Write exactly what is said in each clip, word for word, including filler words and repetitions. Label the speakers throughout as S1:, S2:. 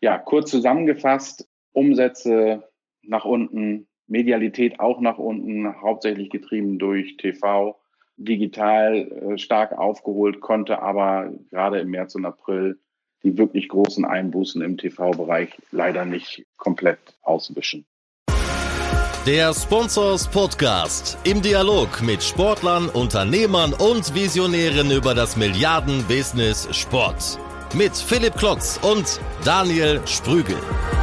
S1: Ja, kurz zusammengefasst, Umsätze nach unten, Medialität auch nach unten, hauptsächlich getrieben durch T V, digital äh, stark aufgeholt, konnte aber gerade im März und April die wirklich großen Einbußen im T V-Bereich leider nicht komplett auswischen.
S2: Der Sponsors Podcast im Dialog mit Sportlern, Unternehmern und Visionären über das Milliarden-Business Sport. Mit Philipp Klotz und Daniel Sprügel.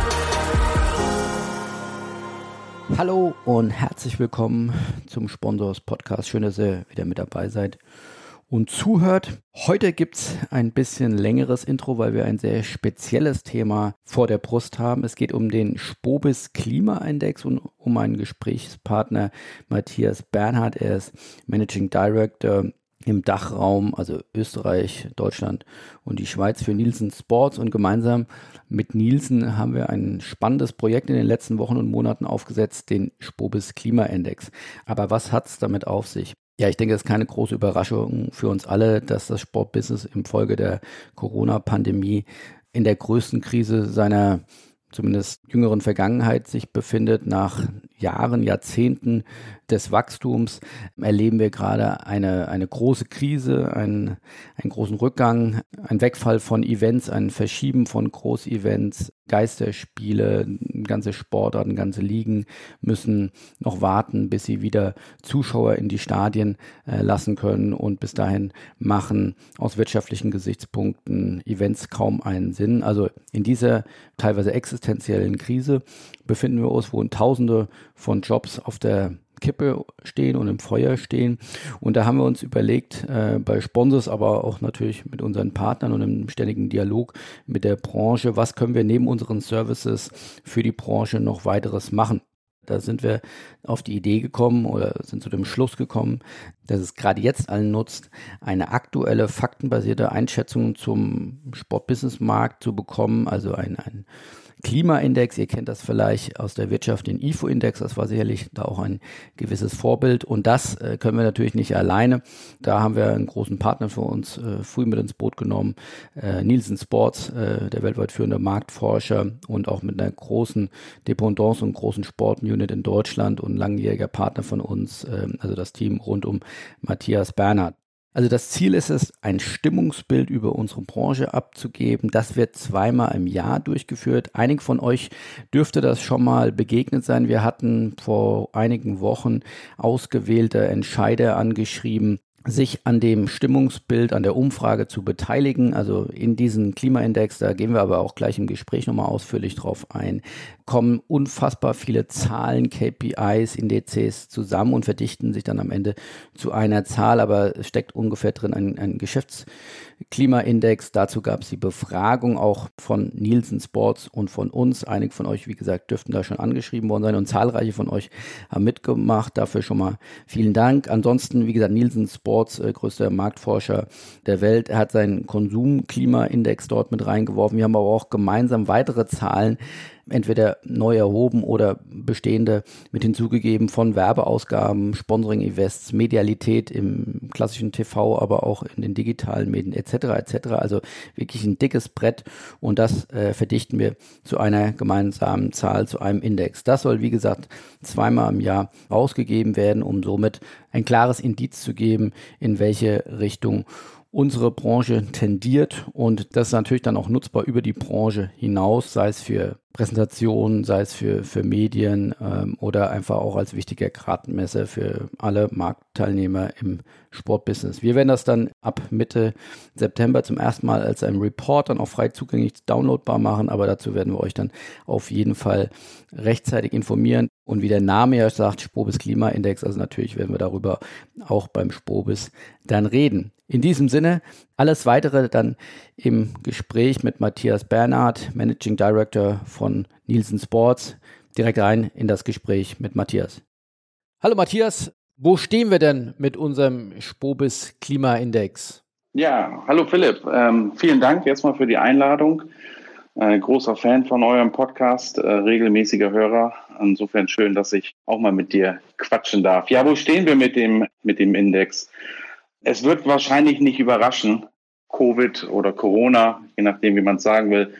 S3: Hallo und herzlich willkommen zum Sponsors Podcast. Schön, dass ihr wieder mit dabei seid und zuhört. Heute gibt's ein bisschen längeres Intro, weil wir ein sehr spezielles Thema vor der Brust haben. Es geht um den Spobis Klimaindex und um meinen Gesprächspartner Matthias Bernhard. Er ist Managing Director im Dachraum, also Österreich, Deutschland und die Schweiz für Nielsen Sports. Und gemeinsam mit Nielsen haben wir ein spannendes Projekt in den letzten Wochen und Monaten aufgesetzt, den Spobis Klimaindex. Aber was hat's damit auf sich? Ja, ich denke, es ist keine große Überraschung für uns alle, dass das Sportbusiness infolge der Corona-Pandemie in der größten Krise seiner zumindest jüngeren Vergangenheit sich befindet. Nach Jahren, Jahrzehnten des Wachstums erleben wir gerade eine, eine große Krise, einen, einen großen Rückgang, ein Wegfall von Events, ein Verschieben von Großevents, Geisterspiele, ganze Sportarten, ganze Ligen müssen noch warten, bis sie wieder Zuschauer in die Stadien äh, lassen können, und bis dahin machen aus wirtschaftlichen Gesichtspunkten Events kaum einen Sinn. Also in dieser teilweise existenziellen Krise befinden wir uns, wo Tausende von Jobs auf der Kippe stehen und im Feuer stehen. Und da haben wir uns überlegt, äh, bei Sponsors, aber auch natürlich mit unseren Partnern und im ständigen Dialog mit der Branche, was können wir neben unseren Services für die Branche noch weiteres machen? Da sind wir auf die Idee gekommen oder sind zu dem Schluss gekommen, dass es gerade jetzt allen nutzt, eine aktuelle, faktenbasierte Einschätzung zum Sportbusinessmarkt zu bekommen, also ein, ein Klimaindex. Ihr kennt das vielleicht aus der Wirtschaft, den I F O-Index, das war sicherlich da auch ein gewisses Vorbild, und das äh, können wir natürlich nicht alleine. Da haben wir einen großen Partner für uns äh, früh mit ins Boot genommen, äh, Nielsen Sports, äh, der weltweit führende Marktforscher und auch mit einer großen Dependance und großen Sportunit in Deutschland und langjähriger Partner von uns, äh, also das Team rund um Matthias Bernhard. Also das Ziel ist es, ein Stimmungsbild über unsere Branche abzugeben. Das wird zweimal im Jahr durchgeführt. Einigen von euch dürfte das schon mal begegnet sein. Wir hatten vor einigen Wochen ausgewählte Entscheider angeschrieben, sich an dem Stimmungsbild, an der Umfrage zu beteiligen, also in diesen Klimaindex, da gehen wir aber auch gleich im Gespräch nochmal ausführlich drauf ein, kommen unfassbar viele Zahlen, K P Is, Indizes zusammen und verdichten sich dann am Ende zu einer Zahl, aber es steckt ungefähr drin ein, ein Geschäftsklimaindex. Dazu gab es die Befragung auch von Nielsen Sports und von uns. Einige von euch, wie gesagt, dürften da schon angeschrieben worden sein und zahlreiche von euch haben mitgemacht. Dafür schon mal vielen Dank. Ansonsten, wie gesagt, Nielsen Sports, äh, größter Marktforscher der Welt, er hat seinen Konsumklimaindex dort mit reingeworfen. Wir haben aber auch gemeinsam weitere Zahlen, entweder neu erhoben oder bestehende mit hinzugegeben von Werbeausgaben, Sponsoring-Events, Medialität im klassischen T V, aber auch in den digitalen Medien et cetera et cetera. Also wirklich ein dickes Brett, und das äh, verdichten wir zu einer gemeinsamen Zahl, zu einem Index. Das soll, wie gesagt, zweimal im Jahr ausgegeben werden, um somit ein klares Indiz zu geben, in welche Richtung unsere Branche tendiert, und das ist natürlich dann auch nutzbar über die Branche hinaus, sei es für Präsentationen, sei es für, für Medien ähm, oder einfach auch als wichtiger Gradmesser für alle Marktteilnehmer im Sportbusiness. Wir werden das dann ab Mitte September zum ersten Mal als ein Report dann auch frei zugänglich downloadbar machen, aber dazu werden wir euch dann auf jeden Fall rechtzeitig informieren. Und wie der Name ja sagt, Spobis Klimaindex, also natürlich werden wir darüber auch beim Spobis dann reden. In diesem Sinne, alles Weitere dann im Gespräch mit Matthias Bernhard, Managing Director von Nielsen Sports. Direkt rein in das Gespräch mit Matthias. Hallo Matthias, wo stehen wir denn mit unserem Spobis Klimaindex?
S1: Ja, hallo Philipp. Ähm, vielen Dank erstmal für die Einladung. Äh, großer Fan von eurem Podcast, äh, regelmäßiger Hörer. Insofern schön, dass ich auch mal mit dir quatschen darf. Ja, wo stehen wir mit dem, mit dem Index? Es wird wahrscheinlich nicht überraschen, Covid oder Corona, je nachdem, wie man es sagen will,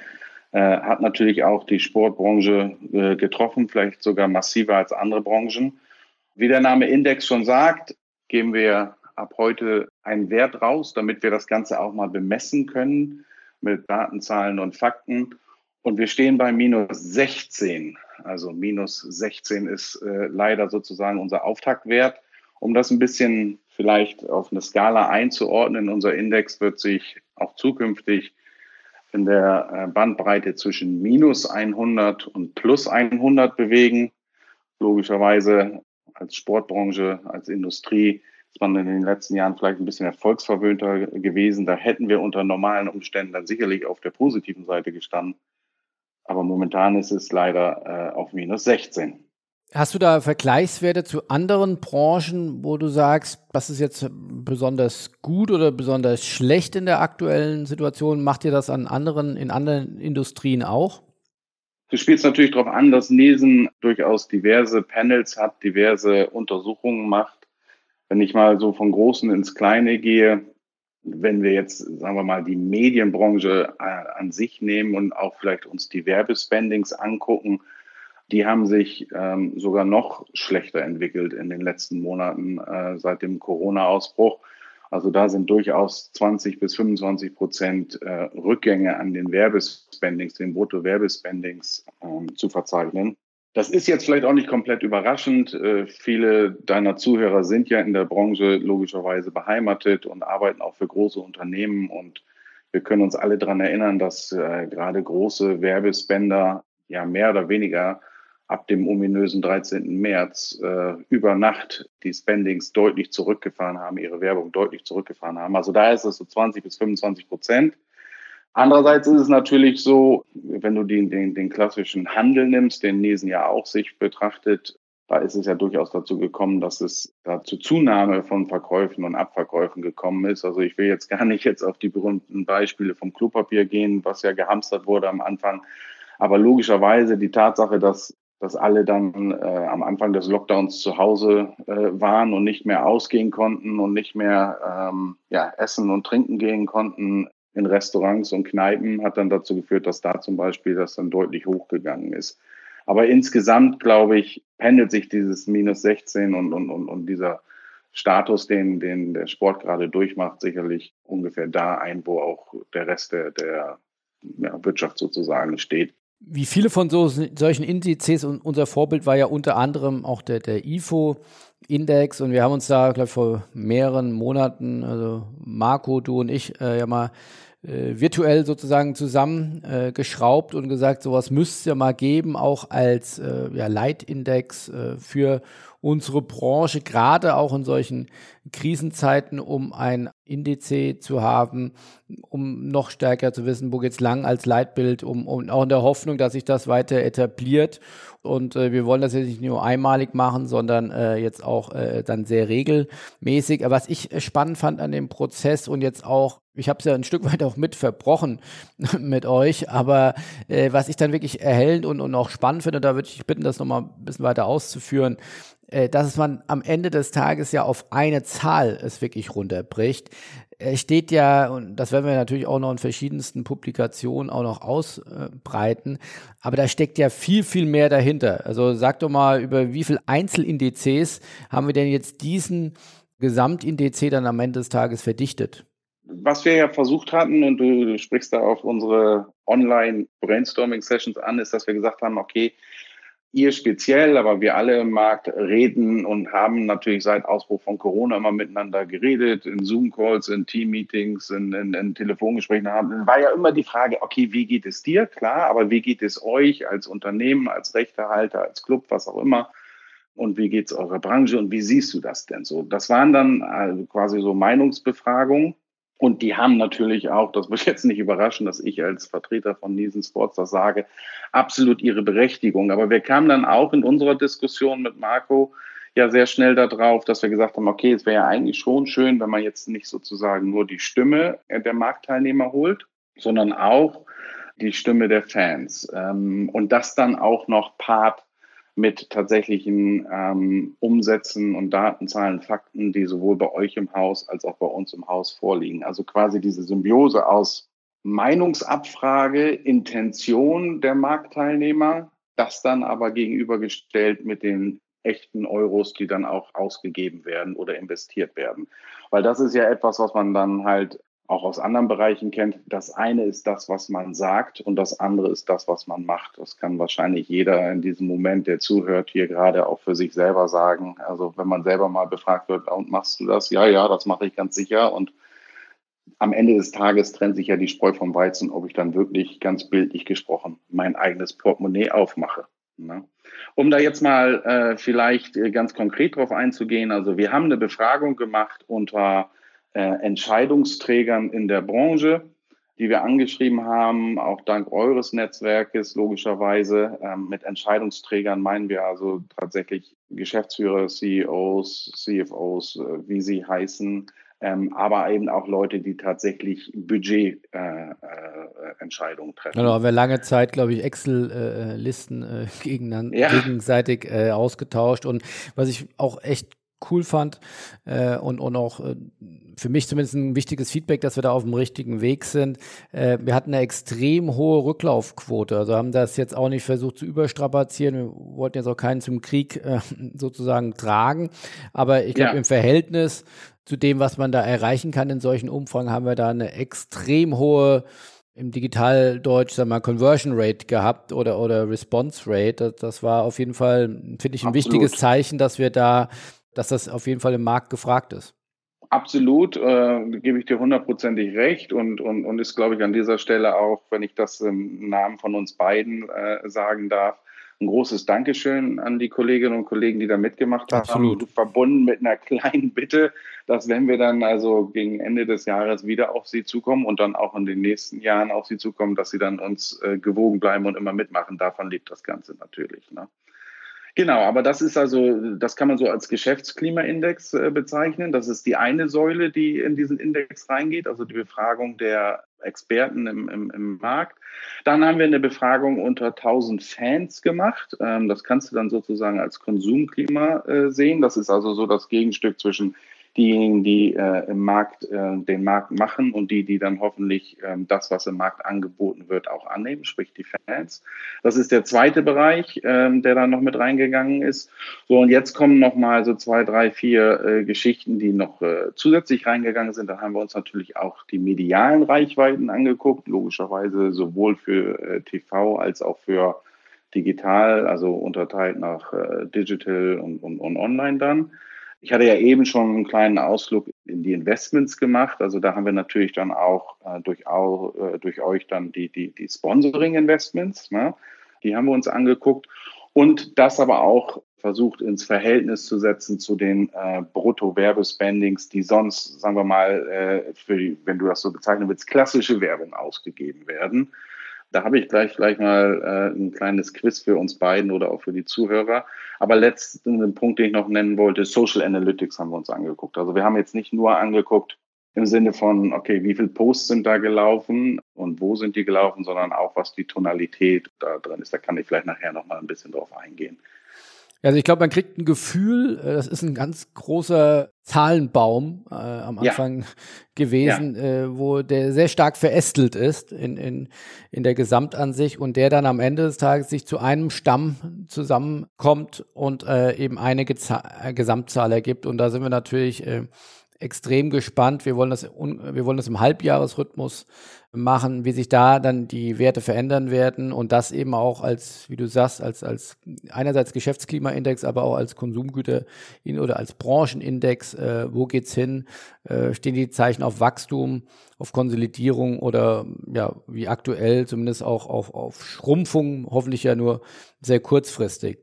S1: äh, hat natürlich auch die Sportbranche äh, getroffen, vielleicht sogar massiver als andere Branchen. Wie der Name Index schon sagt, geben wir ab heute einen Wert raus, damit wir das Ganze auch mal bemessen können mit Daten, Zahlen und Fakten. Und wir stehen bei minus sechzehn. Also minus sechzehn ist äh, leider sozusagen unser Auftaktwert. Um das ein bisschen vielleicht auf eine Skala einzuordnen, unser Index wird sich auch zukünftig in der äh, Bandbreite zwischen minus hundert und plus hundert bewegen. Logischerweise als Sportbranche, als Industrie ist man in den letzten Jahren vielleicht ein bisschen erfolgsverwöhnter gewesen. Da hätten wir unter normalen Umständen dann sicherlich auf der positiven Seite gestanden. Aber momentan ist es leider äh, auf minus sechzehn.
S3: Hast du da Vergleichswerte zu anderen Branchen, wo du sagst, das ist jetzt besonders gut oder besonders schlecht in der aktuellen Situation? Macht ihr das an anderen, in anderen Industrien auch?
S1: Du spielst natürlich darauf an, dass Nielsen durchaus diverse Panels hat, diverse Untersuchungen macht. Wenn ich mal so von Großen ins Kleine gehe, wenn wir jetzt, sagen wir mal, die Medienbranche äh, an sich nehmen und auch vielleicht uns die Werbespendings angucken, die haben sich ähm, sogar noch schlechter entwickelt in den letzten Monaten äh, seit dem Corona-Ausbruch. Also da sind durchaus zwanzig bis fünfundzwanzig Prozent äh, Rückgänge an den Werbespendings, den Brutto-Werbespendings ähm, zu verzeichnen. Das ist jetzt vielleicht auch nicht komplett überraschend. Äh, viele deiner Zuhörer sind ja in der Branche logischerweise beheimatet und arbeiten auch für große Unternehmen. Und wir können uns alle daran erinnern, dass äh, gerade große Werbespender ja mehr oder weniger ab dem ominösen dreizehnten März äh, über Nacht die Spendings deutlich zurückgefahren haben, ihre Werbung deutlich zurückgefahren haben. Also da ist es so zwanzig bis fünfundzwanzig Prozent. Andererseits ist es natürlich so, wenn du den, den, den klassischen Handel nimmst, den Nielsen ja auch sich betrachtet, da ist es ja durchaus dazu gekommen, dass es da zu Zunahme von Verkäufen und Abverkäufen gekommen ist. Also ich will jetzt gar nicht jetzt auf die berühmten Beispiele vom Klopapier gehen, was ja gehamstert wurde am Anfang. Aber logischerweise die Tatsache, dass dass alle dann äh, am Anfang des Lockdowns zu Hause äh, waren und nicht mehr ausgehen konnten und nicht mehr ähm, ja, essen und trinken gehen konnten in Restaurants und Kneipen, hat dann dazu geführt, dass da zum Beispiel das dann deutlich hochgegangen ist. Aber insgesamt, glaube ich, pendelt sich dieses minus sechzehn und, und, und, und dieser Status, den, den der Sport gerade durchmacht, sicherlich ungefähr da ein, wo auch der Rest der, der ja, Wirtschaft sozusagen steht.
S3: Wie viele von so, solchen Indizes, und unser Vorbild war ja unter anderem auch der, der I F O-Index, und wir haben uns da, glaube ich, vor mehreren Monaten, also Marco, du und ich, äh, ja mal äh, virtuell sozusagen zusammengeschraubt äh, und gesagt, sowas müsste es ja mal geben, auch als äh, ja, Leitindex äh, für unsere Branche, gerade auch in solchen Krisenzeiten, um ein Indiz zu haben, um noch stärker zu wissen, wo geht's lang als Leitbild, um, um auch in der Hoffnung, dass sich das weiter etabliert. Und äh, wir wollen das jetzt nicht nur einmalig machen, sondern äh, jetzt auch äh, dann sehr regelmäßig. Aber was ich äh, spannend fand an dem Prozess und jetzt auch, ich habe es ja ein Stück weit auch mit verbrochen mit euch, aber äh, was ich dann wirklich erhellend und, und auch spannend finde, da würde ich bitten, das nochmal ein bisschen weiter auszuführen, äh, dass man am Ende des Tages ja auf eine Zahl es wirklich runterbricht. Es steht ja, und das werden wir natürlich auch noch in verschiedensten Publikationen auch noch ausbreiten, aber da steckt ja viel, viel mehr dahinter. Also sag doch mal, über wie viele Einzelindizes haben wir denn jetzt diesen Gesamtindiz dann am Ende des Tages verdichtet?
S1: Was wir ja versucht hatten, und du, du sprichst da auf unsere Online-Brainstorming-Sessions an, ist, dass wir gesagt haben, okay, ihr speziell, aber wir alle im Markt reden und haben natürlich seit Ausbruch von Corona immer miteinander geredet, in Zoom-Calls, in Team-Meetings, in, in, in Telefongesprächen haben. Dann war ja immer die Frage, okay, wie geht es dir? Klar, aber wie geht es euch als Unternehmen, als Rechtehalter, als Club, was auch immer? Und wie geht es eurer Branche und wie siehst du das denn so? Das waren dann also quasi so Meinungsbefragungen. Und die haben natürlich auch, das wird jetzt nicht überraschen, dass ich als Vertreter von Nielsen Sports das sage, absolut ihre Berechtigung. Aber wir kamen dann auch in unserer Diskussion mit Marco ja sehr schnell darauf, dass wir gesagt haben, okay, es wäre ja eigentlich schon schön, wenn man jetzt nicht sozusagen nur die Stimme der Marktteilnehmer holt, sondern auch die Stimme der Fans. Und das dann auch noch paart mit tatsächlichen ähm, Umsätzen und Datenzahlen, Fakten, die sowohl bei euch im Haus als auch bei uns im Haus vorliegen. Also quasi diese Symbiose aus Meinungsabfrage, Intention der Marktteilnehmer, das dann aber gegenübergestellt mit den echten Euros, die dann auch ausgegeben werden oder investiert werden. Weil das ist ja etwas, was man dann halt auch aus anderen Bereichen kennt. Das eine ist das, was man sagt, und das andere ist das, was man macht. Das kann wahrscheinlich jeder in diesem Moment, der zuhört, hier gerade auch für sich selber sagen. Also wenn man selber mal befragt wird, und machst du das? Ja, ja, das mache ich ganz sicher. Und am Ende des Tages trennt sich ja die Spreu vom Weizen, ob ich dann wirklich, ganz bildlich gesprochen, mein eigenes Portemonnaie aufmache. Ne? Um da jetzt mal äh, vielleicht äh, ganz konkret drauf einzugehen, also wir haben eine Befragung gemacht unter äh, Entscheidungsträgern in der Branche, die wir angeschrieben haben, auch dank eures Netzwerkes logischerweise. Ähm, mit Entscheidungsträgern meinen wir also tatsächlich Geschäftsführer, C E Os, C F Os, äh, wie sie heißen, Ähm, aber eben auch Leute, die tatsächlich Budgetentscheidungen äh, äh, treffen.
S3: Genau, haben wir lange Zeit, glaube ich, Excel-Listen äh, gegeneinander, ja. gegenseitig äh, ausgetauscht. Und was ich auch echt cool fand äh, und, und auch äh, für mich zumindest ein wichtiges Feedback, dass wir da auf dem richtigen Weg sind. Äh, wir hatten eine extrem hohe Rücklaufquote, also haben das jetzt auch nicht versucht zu überstrapazieren. Wir wollten jetzt auch keinen zum Krieg äh, sozusagen tragen, aber ich glaube, ja. im Verhältnis zu dem, was man da erreichen kann in solchen Umfragen, haben wir da eine extrem hohe, im Digitaldeutsch, sagen wir mal, Conversion Rate gehabt oder, oder Response Rate. Das, das war auf jeden Fall, finde ich, ein Absolut. wichtiges Zeichen, dass wir da, dass das auf jeden Fall im Markt gefragt ist.
S1: Absolut, äh, gebe ich dir hundertprozentig recht und, und, und ist, glaube ich, an dieser Stelle auch, wenn ich das im Namen von uns beiden äh, sagen darf, ein großes Dankeschön an die Kolleginnen und Kollegen, die da mitgemacht haben.
S3: Absolut.
S1: Verbunden mit einer kleinen Bitte, dass wenn wir dann also gegen Ende des Jahres wieder auf Sie zukommen und dann auch in den nächsten Jahren auf Sie zukommen, dass Sie dann uns äh, gewogen bleiben und immer mitmachen. Davon lebt das Ganze natürlich, ne? Genau, aber das ist also, das kann man so als Geschäftsklimaindex äh, bezeichnen. Das ist die eine Säule, die in diesen Index reingeht, also die Befragung der Experten im, im, im Markt. Dann haben wir eine Befragung unter tausend Fans gemacht. Ähm, das kannst du dann sozusagen als Konsumklima äh, sehen. Das ist also so das Gegenstück zwischen diejenigen, die äh, im Markt äh, den Markt machen und die, die dann hoffentlich äh, das, was im Markt angeboten wird, auch annehmen, sprich die Fans. Das ist der zweite Bereich, äh, der dann noch mit reingegangen ist. So, und jetzt kommen noch mal so zwei, drei, vier äh, Geschichten, die noch äh, zusätzlich reingegangen sind. Dann haben wir uns natürlich auch die medialen Reichweiten angeguckt, logischerweise sowohl für äh, T V als auch für digital, also unterteilt nach äh, Digital und, und, und Online dann. Ich hatte ja eben schon einen kleinen Ausflug in die Investments gemacht. Also da haben wir natürlich dann auch äh, durch, auch, äh, durch euch dann die, die, die Sponsoring-Investments, ne? Die haben wir uns angeguckt und das aber auch versucht ins Verhältnis zu setzen zu den äh, Brutto-Werbespendings, die sonst, sagen wir mal, äh, für die, wenn du das so bezeichnen willst, klassische Werbung ausgegeben werden. Da habe ich gleich, gleich mal äh, ein kleines Quiz für uns beiden oder auch für die Zuhörer. Aber letzten Punkt, den ich noch nennen wollte, Social Analytics haben wir uns angeguckt. Also wir haben jetzt nicht nur angeguckt im Sinne von, okay, wie viele Posts sind da gelaufen und wo sind die gelaufen, sondern auch, was die Tonalität da drin ist. Da kann ich vielleicht nachher noch mal ein bisschen drauf eingehen.
S3: Also ich glaube, man kriegt ein Gefühl, das ist ein ganz großer Zahlenbaum äh, am Anfang ja. gewesen, ja. Äh, wo der sehr stark verästelt ist in, in, in der Gesamtansicht und der dann am Ende des Tages sich zu einem Stamm zusammenkommt und äh, eben eine Geza- Gesamtzahl ergibt. Und da sind wir natürlich äh, extrem gespannt. Wir wollen das, un- wir wollen das im Halbjahresrhythmus machen, wie sich da dann die Werte verändern werden und das eben auch als, wie du sagst, als, als einerseits Geschäftsklimaindex, aber auch als Konsumgüter oder als Branchenindex. Äh, wo geht's hin? Äh, stehen die Zeichen auf Wachstum, auf Konsolidierung oder ja, wie aktuell zumindest auch auf, auf Schrumpfung, hoffentlich ja nur sehr kurzfristig.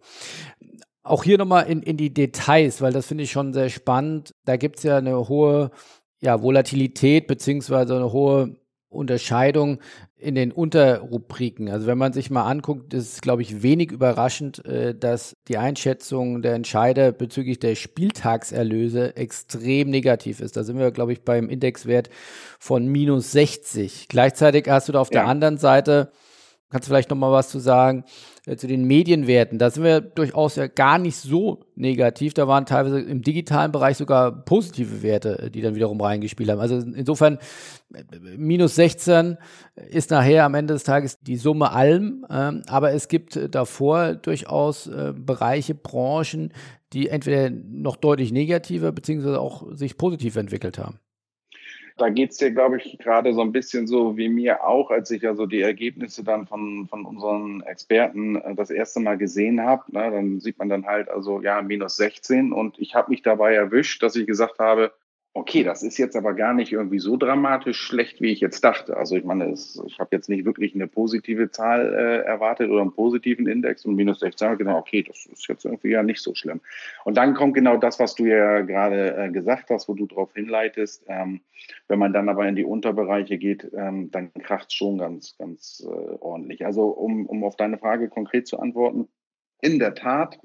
S3: Auch hier nochmal in, in die Details, weil das finde ich schon sehr spannend. Da gibt's ja eine hohe ja, Volatilität beziehungsweise eine hohe Unterscheidung in den Unterrubriken. Also wenn man sich mal anguckt, ist es, glaube ich, wenig überraschend, äh, dass die Einschätzung der Entscheider bezüglich der Spieltagserlöse extrem negativ ist. Da sind wir, glaube ich, beim Indexwert von minus sechzig. Gleichzeitig hast du da auf ja. der anderen Seite Kannst du vielleicht noch mal was zu sagen äh, zu den Medienwerten? Da sind wir durchaus ja gar nicht so negativ. Da waren teilweise im digitalen Bereich sogar positive Werte, äh, die dann wiederum reingespielt haben. Also insofern äh, minus sechzehn ist nachher am Ende des Tages die Summe allem. Ähm, aber es gibt äh, davor durchaus äh, Bereiche, Branchen, die entweder noch deutlich negativer beziehungsweise auch sich positiv entwickelt haben.
S1: Da geht's dir, glaube ich, gerade so ein bisschen so wie mir auch, als ich ja so die Ergebnisse dann von, von unseren Experten äh, das erste Mal gesehen habe. Ne, dann sieht man dann halt also, ja, minus sechzehn. Und ich habe mich dabei erwischt, dass ich gesagt habe, okay, das ist jetzt aber gar nicht irgendwie so dramatisch schlecht, wie ich jetzt dachte. Also ich meine, es, ich habe jetzt nicht wirklich eine positive Zahl äh, erwartet oder einen positiven Index und minus sechzehn, habe ich gedacht, okay, das ist jetzt irgendwie ja nicht so schlimm. Und dann kommt genau das, was du ja gerade äh, gesagt hast, wo du darauf hinleitest. Ähm, wenn man dann aber in die Unterbereiche geht, ähm, dann kracht es schon ganz, ganz äh, ordentlich. Also um, um auf deine Frage konkret zu antworten, in der Tat,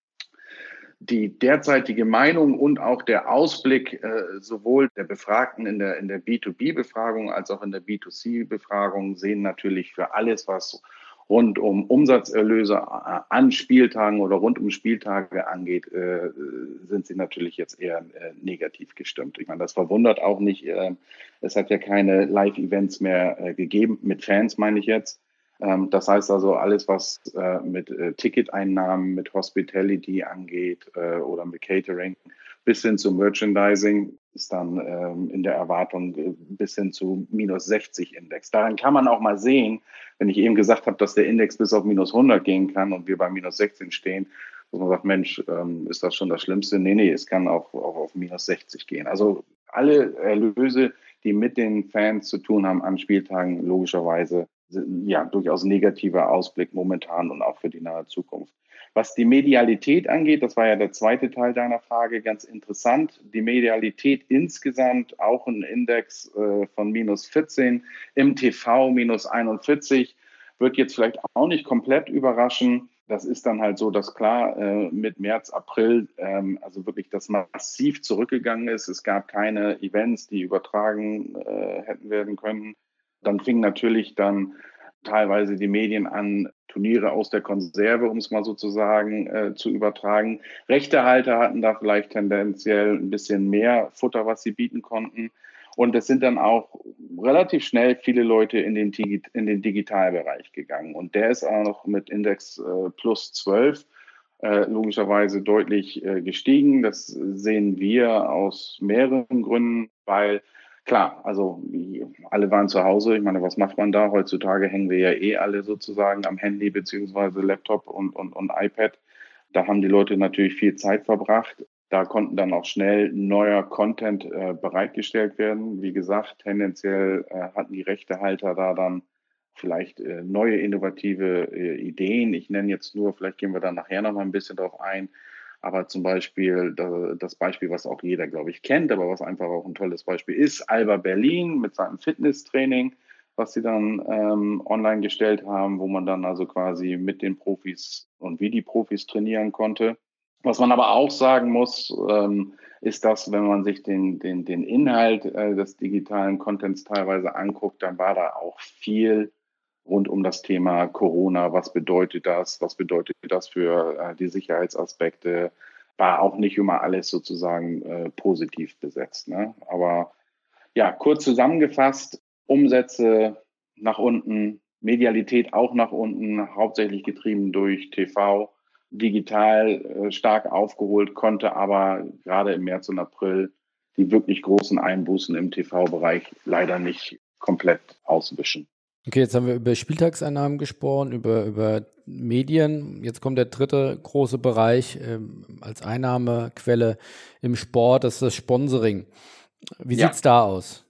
S1: die derzeitige Meinung und auch der Ausblick äh, sowohl der Befragten in der, in der B zwei B-Befragung als auch in der B zwei C-Befragung sehen natürlich für alles, was rund um Umsatzerlöse an Spieltagen oder rund um Spieltage angeht, äh, sind sie natürlich jetzt eher äh, negativ gestimmt. Ich meine, das verwundert auch nicht. Äh, es hat ja keine Live-Events mehr äh, gegeben, mit Fans meine ich jetzt. Das heißt also, alles, was äh, mit äh, Ticketeinnahmen, mit Hospitality angeht äh, oder mit Catering bis hin zu Merchandising, ist dann ähm, in der Erwartung äh, bis hin zu minus sechzig Index. Daran kann man auch mal sehen, wenn ich eben gesagt habe, dass der Index bis auf minus hundert gehen kann und wir bei minus sechzehn stehen, dass man sagt, Mensch, ähm, ist das schon das Schlimmste? Nee, nee, es kann auch, auch auf minus sechzig gehen. Also alle Erlöse, die mit den Fans zu tun haben an Spieltagen, logischerweise ja, durchaus negativer Ausblick momentan und auch für die nahe Zukunft. Was die Medialität angeht, das war ja der zweite Teil deiner Frage, ganz interessant. Die Medialität insgesamt, auch ein Index äh, von minus vierzehn, im T V minus einundvierzig, wird jetzt vielleicht auch nicht komplett überraschen. Das ist dann halt so, dass klar äh, mit März, April ähm, also wirklich das massiv zurückgegangen ist. Es gab keine Events, die übertragen äh, hätten werden können. Dann fing natürlich dann teilweise die Medien an, Turniere aus der Konserve, um es mal so zu sagen, äh, zu übertragen. Rechtehalter hatten da vielleicht tendenziell ein bisschen mehr Futter, was sie bieten konnten. Und es sind dann auch relativ schnell viele Leute in den, in den Digitalbereich gegangen. Und der ist auch noch mit Index äh, plus zwölf äh, logischerweise deutlich äh, gestiegen. Das sehen wir aus mehreren Gründen, weil klar, also alle waren zu Hause. Ich meine, was macht man da? Heutzutage hängen wir ja eh alle sozusagen am Handy beziehungsweise Laptop und, und, und iPad. Da haben die Leute natürlich viel Zeit verbracht. Da konnten dann auch schnell neuer Content äh, bereitgestellt werden. Wie gesagt, tendenziell äh, hatten die Rechtehalter da dann vielleicht äh, neue innovative äh, Ideen. Ich nenne jetzt nur, vielleicht gehen wir dann nachher noch mal ein bisschen drauf ein, aber zum Beispiel das Beispiel, was auch jeder, glaube ich, kennt, aber was einfach auch ein tolles Beispiel ist, Alba Berlin mit seinem Fitnesstraining, was sie dann ähm, online gestellt haben, wo man dann also quasi mit den Profis und wie die Profis trainieren konnte. Was man aber auch sagen muss, ähm, ist, dass wenn man sich den, den, den Inhalt äh, des digitalen Contents teilweise anguckt, dann war da auch viel rund um das Thema Corona. Was bedeutet das? Was bedeutet das für äh, die Sicherheitsaspekte? War auch nicht immer alles sozusagen äh, positiv besetzt. Ne? Aber ja, kurz zusammengefasst, Umsätze nach unten, Medialität auch nach unten, hauptsächlich getrieben durch T V, digital äh, stark aufgeholt, konnte aber gerade im März und April die wirklich großen Einbußen im T V-Bereich leider nicht komplett auswischen.
S3: Okay, jetzt haben wir über Spieltagseinnahmen gesprochen, über, über Medien. Jetzt kommt der dritte große Bereich ähm, als Einnahmequelle im Sport, das ist das Sponsoring. Wie ja. sieht's da aus?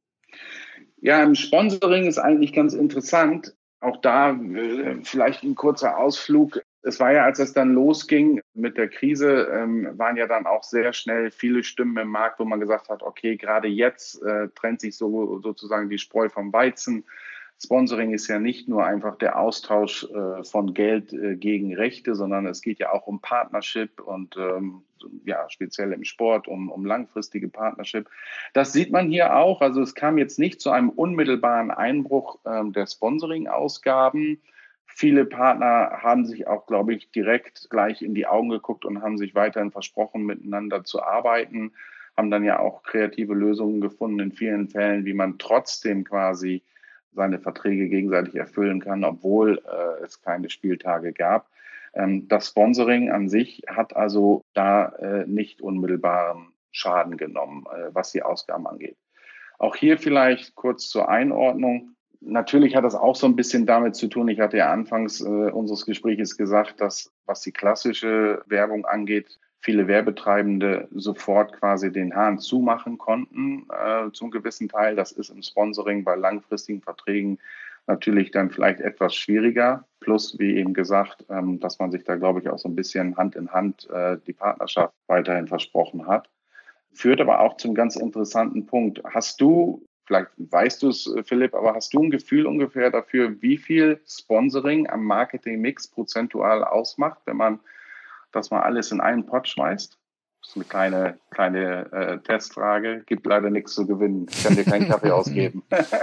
S1: Ja, im Sponsoring ist eigentlich ganz interessant. Auch da äh, vielleicht ein kurzer Ausflug. Es war ja, als es dann losging mit der Krise, ähm, waren ja dann auch sehr schnell viele Stimmen im Markt, wo man gesagt hat, okay, gerade jetzt äh, trennt sich so sozusagen die Spreu vom Weizen. Sponsoring ist ja nicht nur einfach der Austausch äh, von Geld äh, gegen Rechte, sondern es geht ja auch um Partnership und ähm, ja, speziell im Sport, um, um langfristige Partnership. Das sieht man hier auch. Also es kam jetzt nicht zu einem unmittelbaren Einbruch ähm, der Sponsoring-Ausgaben. Viele Partner haben sich auch, glaube ich, direkt gleich in die Augen geguckt und haben sich weiterhin versprochen, miteinander zu arbeiten, haben dann ja auch kreative Lösungen gefunden in vielen Fällen, wie man trotzdem quasi seine Verträge gegenseitig erfüllen kann, obwohl äh, es keine Spieltage gab. Ähm, das Sponsoring an sich hat also da äh, nicht unmittelbaren Schaden genommen, äh, was die Ausgaben angeht. Auch hier vielleicht kurz zur Einordnung. Natürlich hat das auch so ein bisschen damit zu tun, ich hatte ja anfangs äh, unseres Gesprächs gesagt, dass was die klassische Werbung angeht, viele Werbetreibende sofort quasi den Hahn zumachen konnten, äh, zum gewissen Teil. Das ist im Sponsoring bei langfristigen Verträgen natürlich dann vielleicht etwas schwieriger. Plus, wie eben gesagt, ähm, dass man sich da, glaube ich, auch so ein bisschen Hand in Hand äh, die Partnerschaft weiterhin versprochen hat. Führt aber auch zum ganz interessanten Punkt. Hast du, vielleicht weißt du es, Philipp, aber hast du ein Gefühl ungefähr dafür, wie viel Sponsoring am Marketingmix prozentual ausmacht, wenn man das mal alles in einen Pott schmeißt? Das ist eine kleine, kleine äh, Testfrage. Gibt leider nichts zu gewinnen. Ich kann dir keinen Kaffee ausgeben.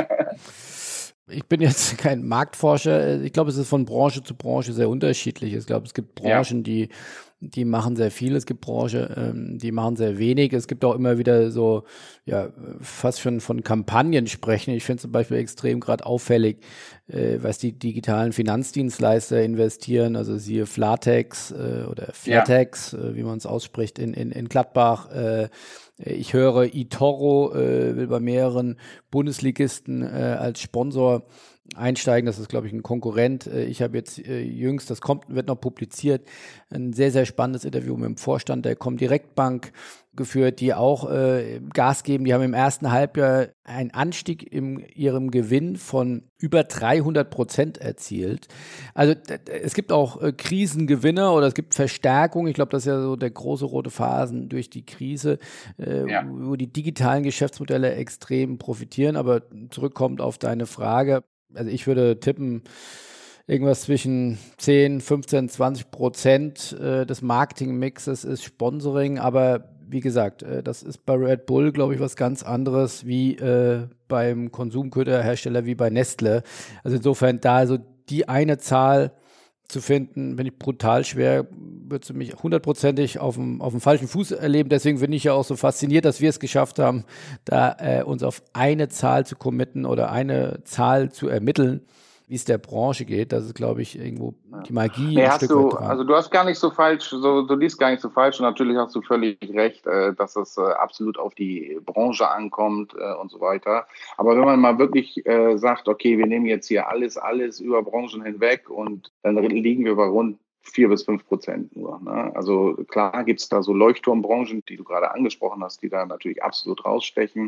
S3: Ich bin jetzt kein Marktforscher. Ich glaube, es ist von Branche zu Branche sehr unterschiedlich. Ich glaube, es gibt Branchen, ja. die die machen sehr viel. Es gibt Branchen, ähm, die machen sehr wenig. Es gibt auch immer wieder so, ja, fast schon von Kampagnen sprechen. Ich finde zum Beispiel extrem gerade auffällig, äh, was die digitalen Finanzdienstleister investieren. Also siehe Flatex äh, oder Flatex, ja. äh, wie man es ausspricht, in, in, in Gladbach. Äh, ich höre eToro äh, will bei mehreren Bundesligisten äh, als Sponsor einsteigen. Das ist, glaube ich, ein Konkurrent. Ich habe jetzt äh, jüngst, das kommt, wird noch publiziert, ein sehr, sehr spannendes Interview mit dem Vorstand der Comdirect Bank geführt, die auch äh, Gas geben. Die haben im ersten Halbjahr einen Anstieg in ihrem Gewinn von über dreihundert Prozent erzielt. Also d- d- es gibt auch äh, Krisengewinner oder es gibt Verstärkung. Ich glaube, das ist ja so der große rote Phasen durch die Krise, äh, ja. wo die digitalen Geschäftsmodelle extrem profitieren. Aber zurückkommt auf deine Frage. Also ich würde tippen, irgendwas zwischen zehn, fünfzehn, zwanzig Prozent äh, des Marketingmixes ist Sponsoring, aber wie gesagt, äh, das ist bei Red Bull, glaube ich, was ganz anderes wie äh, beim Konsumgüterhersteller wie bei Nestle. Also insofern da so die eine Zahl zu finden, finde ich brutal schwer, würdest du mich hundertprozentig auf dem, auf dem falschen Fuß erleben. Deswegen bin ich ja auch so fasziniert, dass wir es geschafft haben, da äh, uns auf eine Zahl zu committen oder eine Zahl zu ermitteln, wie es der Branche geht. Das ist, glaube ich, irgendwo die Magie.
S1: Nee,
S3: ein
S1: hast
S3: Stück
S1: du,
S3: weit dran.
S1: also du hast gar nicht so falsch, so, du liest gar nicht so falsch und natürlich hast du völlig recht, äh, dass es äh, absolut auf die Branche ankommt äh, und so weiter. Aber wenn man mal wirklich äh, sagt, okay, wir nehmen jetzt hier alles, alles über Branchen hinweg und dann liegen wir bei rund vier bis fünf Prozent nur. Ne? Also klar gibt es da so Leuchtturmbranchen, die du gerade angesprochen hast, die da natürlich absolut rausstechen.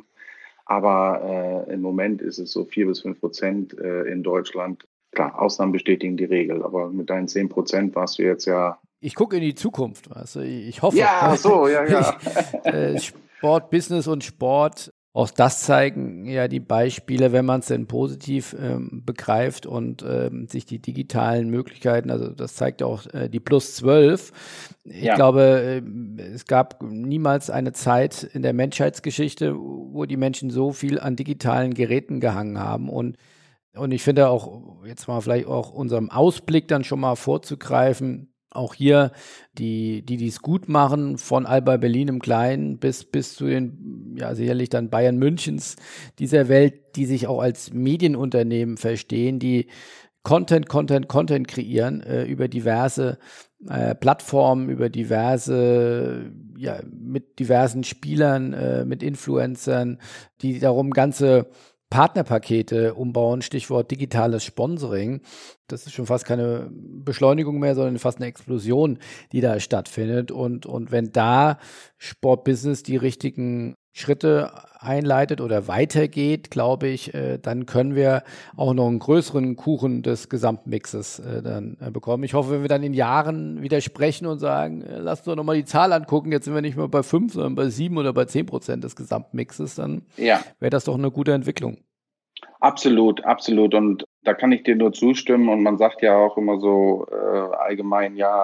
S1: Aber äh, im Moment ist es so vier bis fünf Prozent äh, in Deutschland. Klar, Ausnahmen bestätigen die Regel, aber mit deinen zehn Prozent warst du jetzt ja...
S3: Ich gucke in die Zukunft, also ich hoffe.
S1: Ja, so, ja, ja.
S3: ich, äh, Sport, Business und Sport, auch das zeigen ja die Beispiele, wenn man es denn positiv ähm, begreift und ähm, sich die digitalen Möglichkeiten, also das zeigt auch äh, die Plus zwölf. Ich ja. glaube, äh, es gab niemals eine Zeit in der Menschheitsgeschichte, wo die Menschen so viel an digitalen Geräten gehangen haben und Und ich finde auch, jetzt mal vielleicht auch unserem Ausblick dann schon mal vorzugreifen, auch hier die, die die es gut machen, von Alba Berlin im Kleinen bis, bis zu den, ja sicherlich dann Bayern Münchens dieser Welt, die sich auch als Medienunternehmen verstehen, die Content, Content, Content kreieren äh, über diverse äh, Plattformen, über diverse, ja, mit diversen Spielern, äh, mit Influencern, die darum ganze Partnerpakete umbauen, Stichwort digitales Sponsoring. Das ist schon fast keine Beschleunigung mehr, sondern fast eine Explosion, die da stattfindet. Und, und wenn da Sportbusiness die richtigen Schritte einleitet oder weitergeht, glaube ich, äh, dann können wir auch noch einen größeren Kuchen des Gesamtmixes äh, dann äh, bekommen. Ich hoffe, wenn wir dann in Jahren wieder sprechen und sagen, äh, lasst uns doch nochmal die Zahl angucken, jetzt sind wir nicht mehr bei fünf, sondern bei sieben oder bei zehn Prozent des Gesamtmixes, dann ja. wäre das doch eine gute Entwicklung.
S1: Absolut, absolut. Und da kann ich dir nur zustimmen. Und man sagt ja auch immer so äh, allgemein, ja,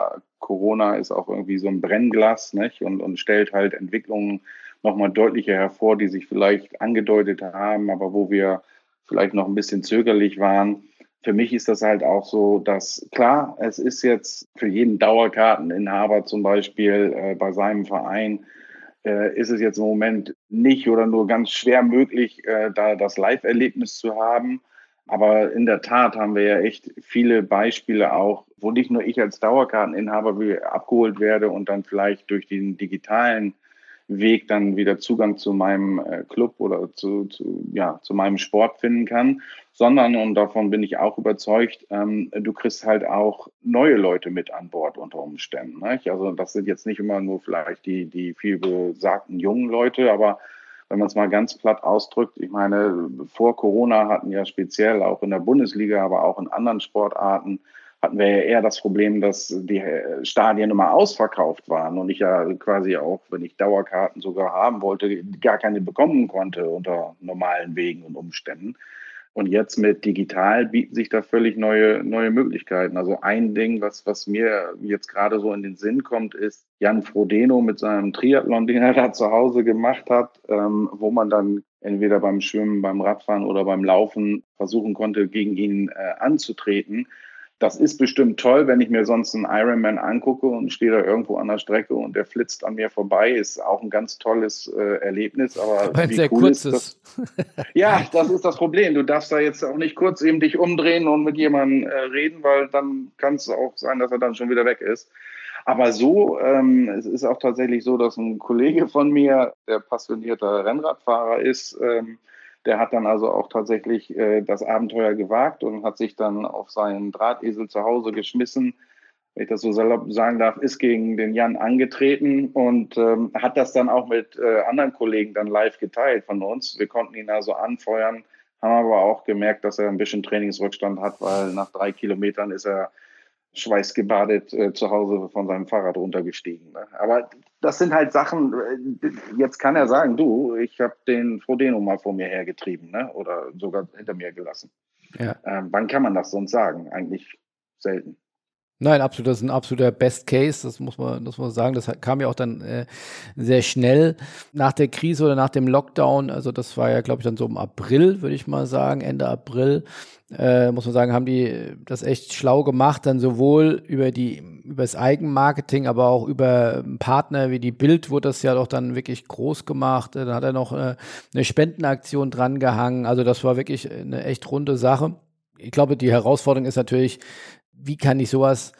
S1: Corona ist auch irgendwie so ein Brennglas, nicht? Und, und stellt halt Entwicklungen nochmal deutlicher hervor, die sich vielleicht angedeutet haben, aber wo wir vielleicht noch ein bisschen zögerlich waren. Für mich ist das halt auch so, dass klar, es ist jetzt für jeden Dauerkarteninhaber zum Beispiel äh, bei seinem Verein, äh, ist es jetzt im Moment nicht oder nur ganz schwer möglich, äh, da das Live-Erlebnis zu haben. Aber in der Tat haben wir ja echt viele Beispiele auch, wo nicht nur ich als Dauerkarteninhaber abgeholt werde und dann vielleicht durch den digitalen Weg dann wieder Zugang zu meinem äh, Club oder zu, zu, ja, zu meinem Sport finden kann, sondern, und davon bin ich auch überzeugt, ähm, du kriegst halt auch neue Leute mit an Bord unter Umständen. Nicht? Also das sind jetzt nicht immer nur vielleicht die, die viel besagten jungen Leute, aber wenn man es mal ganz platt ausdrückt, ich meine, vor Corona hatten ja speziell auch in der Bundesliga, aber auch in anderen Sportarten, hatten wir ja eher das Problem, dass die Stadien immer ausverkauft waren und ich ja quasi auch, wenn ich Dauerkarten sogar haben wollte, gar keine bekommen konnte unter normalen Wegen und Umständen. Und jetzt mit digital bieten sich da völlig neue, neue Möglichkeiten. Also ein Ding, was, was mir jetzt gerade so in den Sinn kommt, ist Jan Frodeno mit seinem Triathlon, den er da zu Hause gemacht hat, ähm, wo man dann entweder beim Schwimmen, beim Radfahren oder beim Laufen versuchen konnte, gegen ihn äh, anzutreten. Das ist bestimmt toll, wenn ich mir sonst einen Ironman angucke und stehe da irgendwo an der Strecke und der flitzt an mir vorbei, ist auch ein ganz tolles äh, Erlebnis. Aber
S3: Ein
S1: wie
S3: sehr
S1: cool
S3: kurzes.
S1: ist das? Ja, das ist das Problem. Du darfst da jetzt auch nicht kurz eben dich umdrehen und mit jemandem äh, reden, weil dann kann es auch sein, dass er dann schon wieder weg ist. Aber so, ähm, es ist auch tatsächlich so, dass ein Kollege von mir, der passionierter Rennradfahrer ist, ähm, der hat dann also auch tatsächlich äh, das Abenteuer gewagt und hat sich dann auf seinen Drahtesel zu Hause geschmissen, wenn ich das so salopp sagen darf, ist gegen den Jan angetreten und ähm, hat das dann auch mit äh, anderen Kollegen dann live geteilt von uns. Wir konnten ihn also anfeuern, haben aber auch gemerkt, dass er ein bisschen Trainingsrückstand hat, weil nach drei Kilometern ist er schweißgebadet äh, zu Hause von seinem Fahrrad runtergestiegen. Ne? Aber das sind halt Sachen, äh, jetzt kann er sagen, du, ich habe den Frodeno mal vor mir hergetrieben, ne? Oder sogar hinter mir gelassen.
S3: Ja.
S1: Ähm, wann kann man das sonst sagen? Eigentlich selten.
S3: Nein, absolut, das ist ein absoluter Best Case, das muss man, das muss man sagen. Das kam ja auch dann äh, sehr schnell nach der Krise oder nach dem Lockdown. Also das war ja, glaube ich, dann so im April, würde ich mal sagen, Ende April. Äh, muss man sagen, haben die das echt schlau gemacht, dann sowohl über die über das Eigenmarketing, aber auch über Partner wie die Bild wurde das ja doch dann wirklich groß gemacht. Dann hat er noch äh, eine Spendenaktion dran gehangen. Also das war wirklich eine echt runde Sache. Ich glaube, die Herausforderung ist natürlich, wie kann ich sowas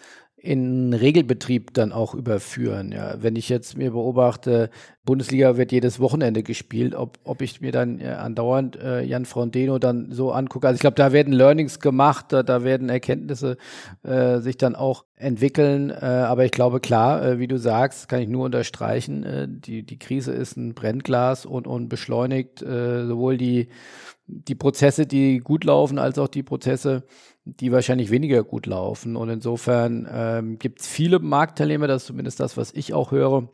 S3: in Regelbetrieb dann auch überführen? Ja, wenn ich jetzt mir beobachte, Bundesliga wird jedes Wochenende gespielt, ob, ob ich mir dann ja, andauernd äh, Jan Frodeno dann so angucke. Also ich glaube, da werden Learnings gemacht, da, da werden Erkenntnisse äh, sich dann auch entwickeln. Äh, aber ich glaube, klar, äh, wie du sagst, kann ich nur unterstreichen, äh, die, die Krise ist ein Brennglas und, und beschleunigt äh, sowohl die, die Prozesse, die gut laufen, als auch die Prozesse, die wahrscheinlich weniger gut laufen. Und insofern ähm, gibt es viele Marktteilnehmer, das ist zumindest das, was ich auch höre,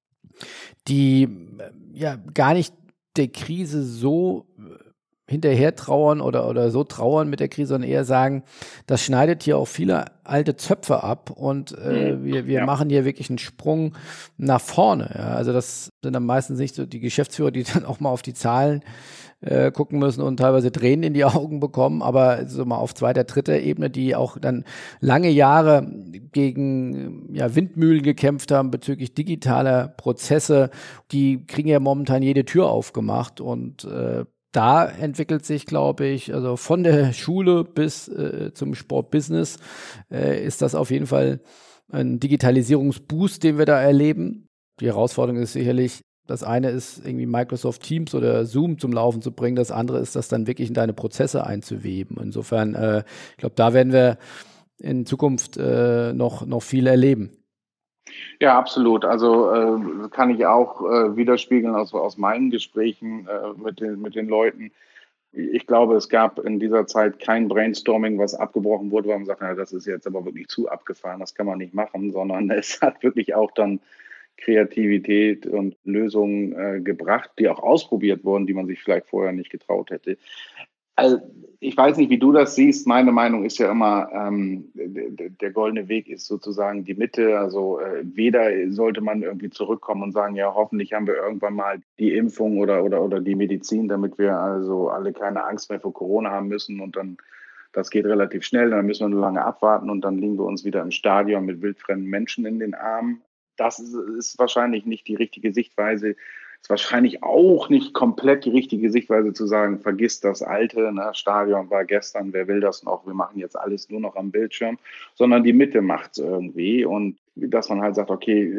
S3: die äh, ja gar nicht der Krise so hinterher trauern oder, oder so trauern mit der Krise, sondern eher sagen, das schneidet hier auch viele alte Zöpfe ab und äh, mhm. wir, wir ja. machen hier wirklich einen Sprung nach vorne. Ja. Also das sind dann meistens nicht so die Geschäftsführer, die dann auch mal auf die Zahlen äh, gucken müssen und teilweise Tränen in die Augen bekommen, aber so mal auf zweiter, dritter Ebene, die auch dann lange Jahre gegen ja, Windmühlen gekämpft haben bezüglich digitaler Prozesse, die kriegen ja momentan jede Tür aufgemacht und äh, da entwickelt sich, glaube ich, also von der Schule bis äh, zum Sportbusiness äh, ist das auf jeden Fall ein Digitalisierungsboost, den wir da erleben. Die Herausforderung ist sicherlich, das eine ist irgendwie Microsoft Teams oder Zoom zum Laufen zu bringen, das andere ist, das dann wirklich in deine Prozesse einzuweben. Insofern, äh, ich glaube, da werden wir in Zukunft äh, noch, noch viel erleben.
S1: Ja, absolut. Also äh, kann ich auch äh, widerspiegeln aus, aus meinen Gesprächen äh, mit, den, mit den Leuten. Ich glaube, es gab in dieser Zeit kein Brainstorming, was abgebrochen wurde, weil man sagt, na, das ist jetzt aber wirklich zu abgefahren, das kann man nicht machen, sondern es hat wirklich auch dann Kreativität und Lösungen äh, gebracht, die auch ausprobiert wurden, die man sich vielleicht vorher nicht getraut hätte. Also ich weiß nicht, wie du das siehst. Meine Meinung ist ja immer, ähm, der, der goldene Weg ist sozusagen die Mitte. Also äh, weder sollte man irgendwie zurückkommen und sagen, ja, hoffentlich haben wir irgendwann mal die Impfung oder, oder, oder die Medizin, damit wir also alle keine Angst mehr vor Corona haben müssen und dann, das geht relativ schnell, dann müssen wir nur lange abwarten und dann liegen wir uns wieder im Stadion mit wildfremden Menschen in den Armen. Das ist, ist wahrscheinlich nicht die richtige Sichtweise. Ist wahrscheinlich auch nicht komplett die richtige Sichtweise zu sagen, vergiss das Alte, ne? Stadion war gestern, wer will das noch, wir machen jetzt alles nur noch am Bildschirm, sondern die Mitte macht es irgendwie und dass man halt sagt, okay,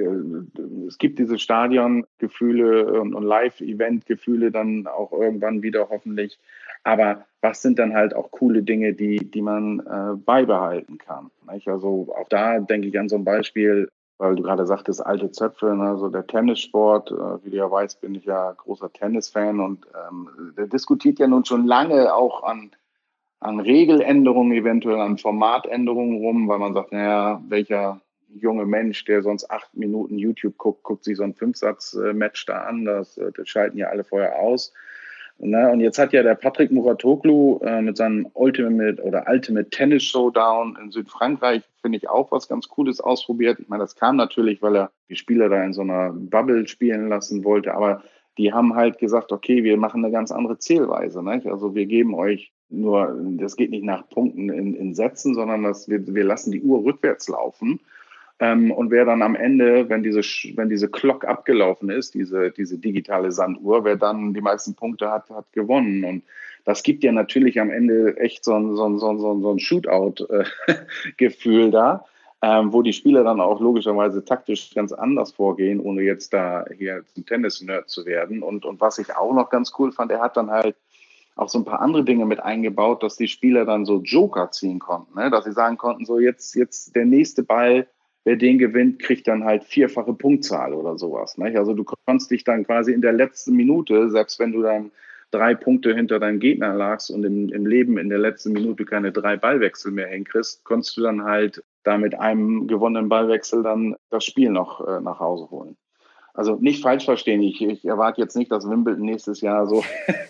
S1: es gibt diese Stadiongefühle und, und Live-Event-Gefühle dann auch irgendwann wieder hoffentlich, aber was sind dann halt auch coole Dinge, die, die man äh, beibehalten kann, nicht? Also auch da denke ich an so ein Beispiel, weil du gerade sagtest, alte Zöpfe, ne, so der Tennissport, äh, wie du ja weißt, bin ich ja großer Tennisfan und ähm, der diskutiert ja nun schon lange auch an, an Regeländerungen, eventuell an Formatänderungen rum, weil man sagt, naja, welcher junge Mensch, der sonst acht Minuten YouTube guckt, guckt sich so ein Fünfsatz-Match da an, das, das schalten ja alle vorher aus. Ne? Und jetzt hat ja der Patrick Mouratoglou äh, mit seinem Ultimate oder Ultimate Tennis Showdown in Südfrankreich, finde ich, auch was ganz Cooles ausprobiert. Ich meine, das kam natürlich, weil er die Spieler da in so einer Bubble spielen lassen wollte, aber die haben halt gesagt, okay, wir machen eine ganz andere Zählweise. Nicht? Also wir geben euch nur, das geht nicht nach Punkten in, in Sätzen, sondern das, wir, wir lassen die Uhr rückwärts laufen. Ähm, und wer dann am Ende, wenn diese, wenn diese Clock abgelaufen ist, diese, diese digitale Sanduhr, wer dann die meisten Punkte hat, hat gewonnen. Und das gibt ja natürlich am Ende echt so ein, so ein, so ein, so ein Shootout-Gefühl äh, da, ähm, wo die Spieler dann auch logischerweise taktisch ganz anders vorgehen, ohne jetzt da hier zum Tennis-Nerd zu werden. Und, und was ich auch noch ganz cool fand, er hat dann halt auch so ein paar andere Dinge mit eingebaut, dass die Spieler dann so Joker ziehen konnten, ne? Dass sie sagen konnten, so jetzt, jetzt der nächste Ball, wer den gewinnt, kriegt dann halt vierfache Punktzahl oder sowas. Nicht? Also du konntest dich dann quasi in der letzten Minute, selbst wenn du dann drei Punkte hinter deinem Gegner lagst und im, im Leben in der letzten Minute keine drei Ballwechsel mehr hinkriegst, konntest du dann halt da mit einem gewonnenen Ballwechsel dann das Spiel noch äh, nach Hause holen. Also nicht falsch verstehen, ich, ich erwarte jetzt nicht, dass Wimbledon nächstes Jahr so,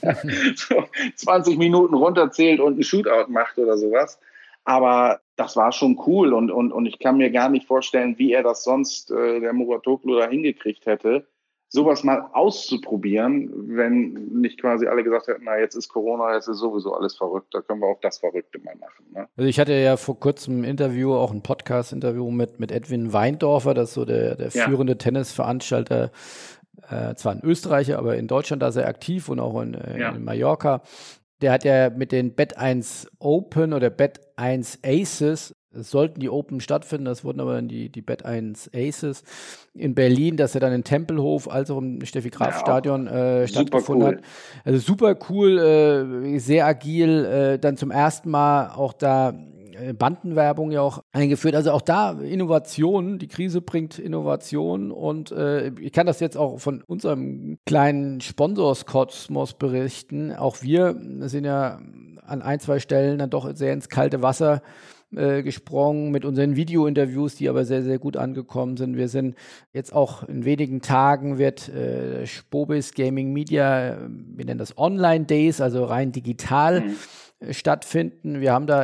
S1: so zwanzig Minuten runterzählt und einen Shootout macht oder sowas. Aber das war schon cool und, und, und ich kann mir gar nicht vorstellen, wie er das sonst, äh, der Mouratoglou, da hingekriegt hätte, sowas mal auszuprobieren, wenn nicht quasi alle gesagt hätten, na jetzt ist Corona, jetzt ist sowieso alles verrückt, da können wir auch das Verrückte mal machen. Ne?
S3: Also ich hatte ja vor kurzem ein Interview, auch ein Podcast-Interview mit, mit Edwin Weindorfer, das ist so der, der ja. führende Tennisveranstalter, äh, zwar ein Österreicher, aber in Deutschland da sehr aktiv und auch in, äh, ja. in Mallorca. Der hat ja mit den Bet eins Open oder Bet eins Aces, es sollten die Open stattfinden, das wurden aber dann die, die Bet eins Aces in Berlin, dass er dann in Tempelhof als auch im Steffi-Graf-Stadion äh, stattgefunden cool. hat. Also super cool, äh, sehr agil, äh, dann zum ersten Mal auch da Bandenwerbung ja auch eingeführt. Also auch da Innovation, die Krise bringt Innovation und äh, ich kann das jetzt auch von unserem kleinen Sponsorskosmos berichten. Auch wir sind ja an ein, zwei Stellen dann doch sehr ins kalte Wasser äh, gesprungen mit unseren Video-Interviews, die aber sehr, sehr gut angekommen sind. Wir sind jetzt auch in wenigen Tagen wird äh, Spobis Gaming Media, wir nennen das Online Days, also rein digital mhm. stattfinden. Wir haben da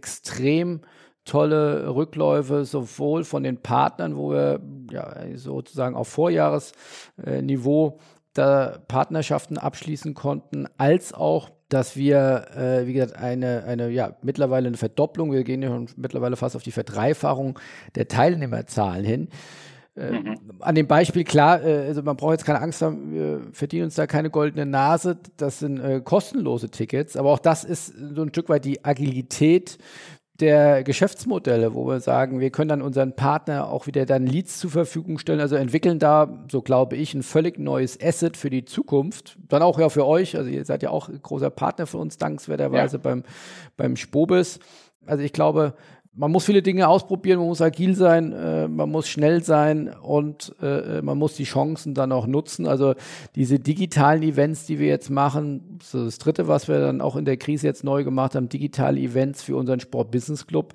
S3: extrem tolle Rückläufe, sowohl von den Partnern, wo wir ja sozusagen auf Vorjahresniveau da Partnerschaften abschließen konnten, als auch, dass wir, äh, wie gesagt, eine, eine ja mittlerweile eine Verdopplung, wir gehen ja schon mittlerweile fast auf die Verdreifachung der Teilnehmerzahlen hin. Mhm. An dem Beispiel, klar, also man braucht jetzt keine Angst haben, wir verdienen uns da keine goldene Nase, das sind äh, kostenlose Tickets, aber auch das ist so ein Stück weit die Agilität der Geschäftsmodelle, wo wir sagen, wir können dann unseren Partner auch wieder dann Leads zur Verfügung stellen, also entwickeln da, so glaube ich, ein völlig neues Asset für die Zukunft, dann auch ja für euch, also ihr seid ja auch ein großer Partner für uns, dankenswerterweise ja. beim, beim Spobis, also ich glaube, man muss viele Dinge ausprobieren, man muss agil sein, äh, man muss schnell sein und äh, man muss die Chancen dann auch nutzen. Also diese digitalen Events, die wir jetzt machen, so das Dritte, was wir dann auch in der Krise jetzt neu gemacht haben, digitale Events für unseren Sport-Business-Club,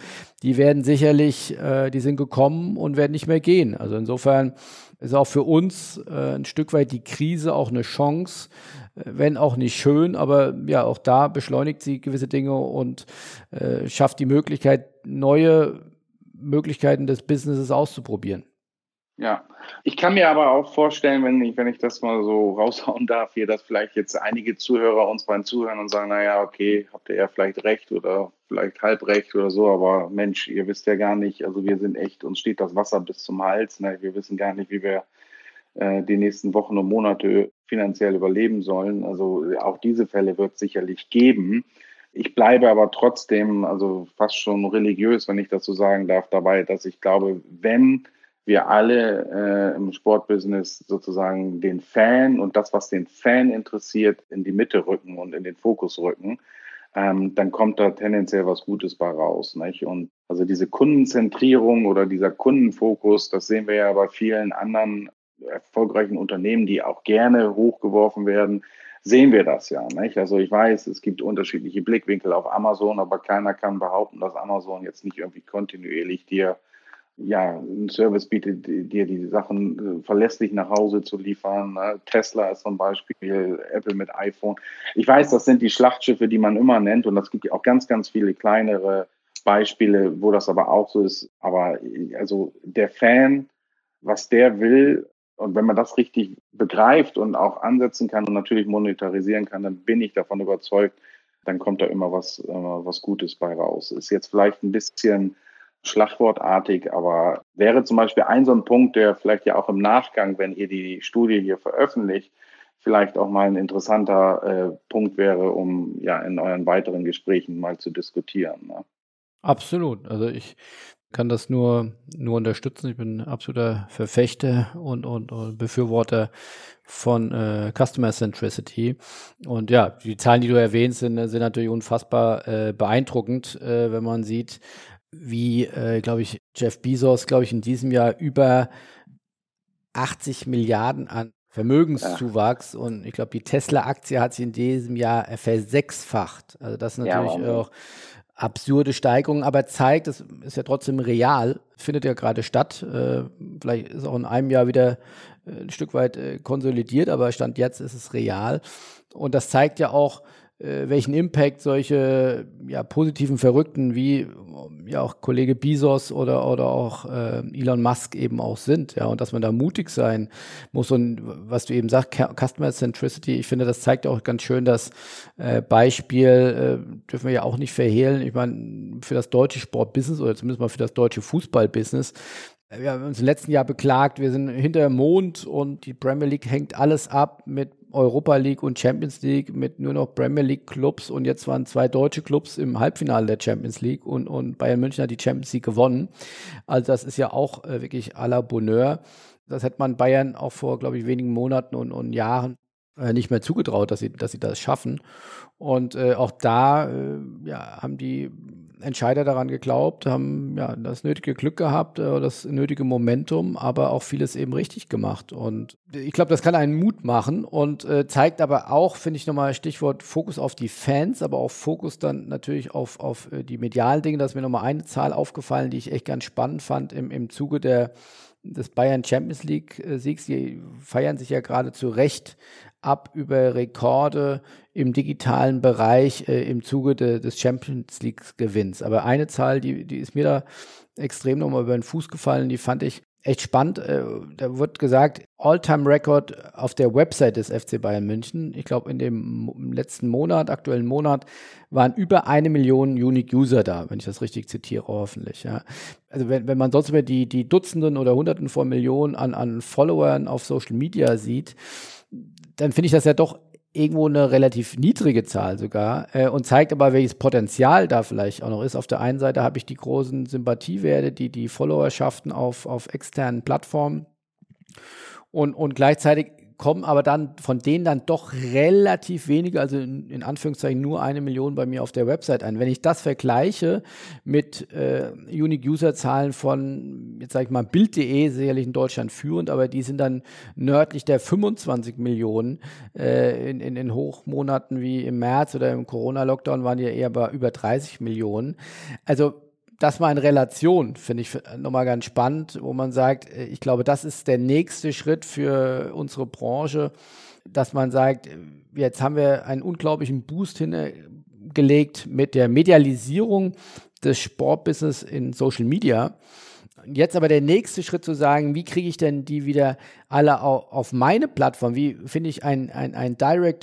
S3: die werden sicherlich, äh, die sind gekommen und werden nicht mehr gehen. Also insofern ist auch für uns äh, ein Stück weit die Krise auch eine Chance, äh, wenn auch nicht schön, aber ja, auch da beschleunigt sie gewisse Dinge und äh, schafft die Möglichkeit, neue Möglichkeiten des Businesses auszuprobieren.
S1: Ja, ich kann mir aber auch vorstellen, wenn ich, wenn ich das mal so raushauen darf hier, dass vielleicht jetzt einige Zuhörer uns beim Zuhören und sagen, naja, okay, habt ihr ja vielleicht recht oder vielleicht halb recht oder so, aber Mensch, ihr wisst ja gar nicht, also wir sind echt, uns steht das Wasser bis zum Hals, ne? Wir wissen gar nicht, wie wir äh, die nächsten Wochen und Monate finanziell überleben sollen. Also auch diese Fälle wird es sicherlich geben. Ich bleibe aber trotzdem, also fast schon religiös, wenn ich das so sagen darf, dabei, dass ich glaube, wenn wir alle äh, im Sportbusiness sozusagen den Fan und das, was den Fan interessiert, in die Mitte rücken und in den Fokus rücken, ähm, dann kommt da tendenziell was Gutes bei raus, nicht? Und also diese Kundenzentrierung oder dieser Kundenfokus, das sehen wir ja bei vielen anderen erfolgreichen Unternehmen, die auch gerne hochgeworfen werden, sehen wir das ja, nicht? Also ich weiß, es gibt unterschiedliche Blickwinkel auf Amazon, aber keiner kann behaupten, dass Amazon jetzt nicht irgendwie kontinuierlich dir ja, ein Service bietet, dir die Sachen verlässlich nach Hause zu liefern. Tesla ist zum Beispiel, Apple mit iPhone. Ich weiß, das sind die Schlachtschiffe, die man immer nennt, und es gibt ja auch ganz, ganz viele kleinere Beispiele, wo das aber auch so ist. Aber also der Fan, was der will, und wenn man das richtig begreift und auch ansetzen kann und natürlich monetarisieren kann, dann bin ich davon überzeugt, dann kommt da immer was, äh, was Gutes bei raus. Ist jetzt vielleicht ein bisschen schlagwortartig, aber wäre zum Beispiel ein so ein Punkt, der vielleicht ja auch im Nachgang, wenn ihr die Studie hier veröffentlicht, vielleicht auch mal ein interessanter äh, Punkt wäre, um ja in euren weiteren Gesprächen mal zu diskutieren. Ne?
S3: Absolut. Also ich kann das nur, nur unterstützen. Ich bin absoluter Verfechter und, und, und Befürworter von äh, Customer Centricity. Und ja, die Zahlen, die du erwähnst, sind, sind natürlich unfassbar äh, beeindruckend, äh, wenn man sieht, wie, äh, glaube ich, Jeff Bezos, glaube ich, in diesem Jahr über achtzig Milliarden an Vermögenszuwachs, ja. Und ich glaube, die Tesla-Aktie hat sich in diesem Jahr versechsfacht. Also das ist natürlich ja, auch absurde Steigerungen, aber zeigt, es ist ja trotzdem real, findet ja gerade statt. Äh, vielleicht ist auch in einem Jahr wieder äh, ein Stück weit äh, konsolidiert, aber Stand jetzt ist es real. Und das zeigt ja auch, welchen Impact solche ja, positiven Verrückten wie ja auch Kollege Bezos oder, oder auch äh, Elon Musk eben auch sind. Ja, und dass man da mutig sein muss. Und was du eben sagst, Customer Centricity, ich finde, das zeigt auch ganz schön das äh, Beispiel, äh, dürfen wir ja auch nicht verhehlen. Ich meine, für das deutsche Sportbusiness oder zumindest mal für das deutsche Fußballbusiness, wir haben uns im letzten Jahr beklagt, wir sind hinter dem Mond und die Premier League hängt alles ab mit Europa League und Champions League, mit nur noch Premier League Clubs, und jetzt waren zwei deutsche Clubs im Halbfinale der Champions League und, und Bayern München hat die Champions League gewonnen. Also das ist ja auch äh, wirklich à la Bonheur. Das hätte man Bayern auch vor, glaube ich, wenigen Monaten und, und Jahren äh, nicht mehr zugetraut, dass sie, dass sie das schaffen. Und äh, auch da äh, ja, haben die Entscheider daran geglaubt, haben ja das nötige Glück gehabt, äh, das nötige Momentum, aber auch vieles eben richtig gemacht. Und ich glaube, das kann einen Mut machen und äh, zeigt aber auch, finde ich nochmal Stichwort Fokus auf die Fans, aber auch Fokus dann natürlich auf, auf äh, die medialen Dinge. Da ist mir nochmal eine Zahl aufgefallen, die ich echt ganz spannend fand im, im Zuge der, des Bayern Champions League äh, Siegs. Die feiern sich ja gerade zu Recht ab über Rekorde im digitalen Bereich äh, im Zuge de, des Champions League Gewinns. Aber eine Zahl, die, die ist mir da extrem nochmal über den Fuß gefallen, die fand ich echt spannend. Äh, da wird gesagt, All-Time-Record auf der Website des F C Bayern München. Ich glaube, in dem im letzten Monat, aktuellen Monat, waren über eine Million Unique User da, wenn ich das richtig zitiere, hoffentlich. Ja. Also wenn, wenn man sonst über die, die Dutzenden oder Hunderten von Millionen an, an Followern auf Social Media sieht, dann finde ich das ja doch irgendwo eine relativ niedrige Zahl sogar äh, und zeigt aber, welches Potenzial da vielleicht auch noch ist. Auf der einen Seite habe ich die großen Sympathiewerte, die die Followerschaften auf, auf externen Plattformen und, und gleichzeitig kommen aber dann von denen dann doch relativ wenige, also in, in Anführungszeichen nur eine Million bei mir auf der Website ein. Wenn ich das vergleiche mit äh, Unique-User-Zahlen von, jetzt sage ich mal, Bild punkt de, sicherlich in Deutschland führend, aber die sind dann nördlich der fünfundzwanzig Millionen. Äh, in, in, in Hochmonaten wie im März oder im Corona-Lockdown waren die ja eher bei über dreißig Millionen. Also das mal in Relation, finde ich nochmal ganz spannend, wo man sagt, ich glaube, das ist der nächste Schritt für unsere Branche, dass man sagt, jetzt haben wir einen unglaublichen Boost hingelegt mit der Medialisierung des Sportbusiness in Social Media. Jetzt aber der nächste Schritt zu sagen, wie kriege ich denn die wieder alle auf meine Plattform? Wie finde ich ein, ein, ein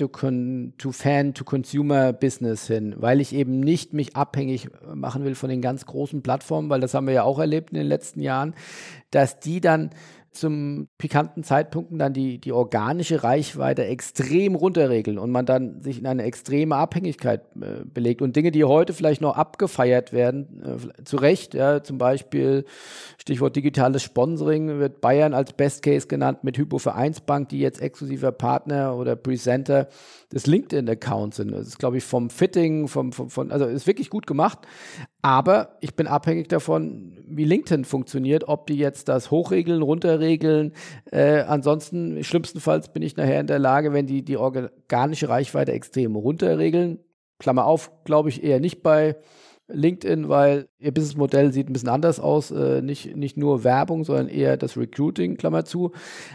S3: Direct-to-Fan-to-Consumer-Business hin? Weil ich eben nicht mich abhängig machen will von den ganz großen Plattformen, weil das haben wir ja auch erlebt in den letzten Jahren, dass die dann zum pikanten Zeitpunkten dann die, die organische Reichweite extrem runterregeln und man dann sich in eine extreme Abhängigkeit äh, belegt. Und Dinge, die heute vielleicht noch abgefeiert werden, äh, zu Recht, ja, zum Beispiel Stichwort digitales Sponsoring, wird Bayern als Best Case genannt mit Hypo Vereinsbank, die jetzt exklusiver Partner oder Presenter des LinkedIn-Accounts sind. Das ist, glaube ich, vom Fitting, vom, vom, von, also ist wirklich gut gemacht. Aber ich bin abhängig davon, wie LinkedIn funktioniert, ob die jetzt das hochregeln, runterregeln. Äh, ansonsten, schlimmstenfalls bin ich nachher in der Lage, wenn die die organische Reichweite extrem runterregeln. Klammer auf, glaube ich eher nicht bei LinkedIn, weil ihr Businessmodell sieht ein bisschen anders aus. Äh, nicht, nicht nur Werbung, sondern eher das Recruiting, Klammer zu.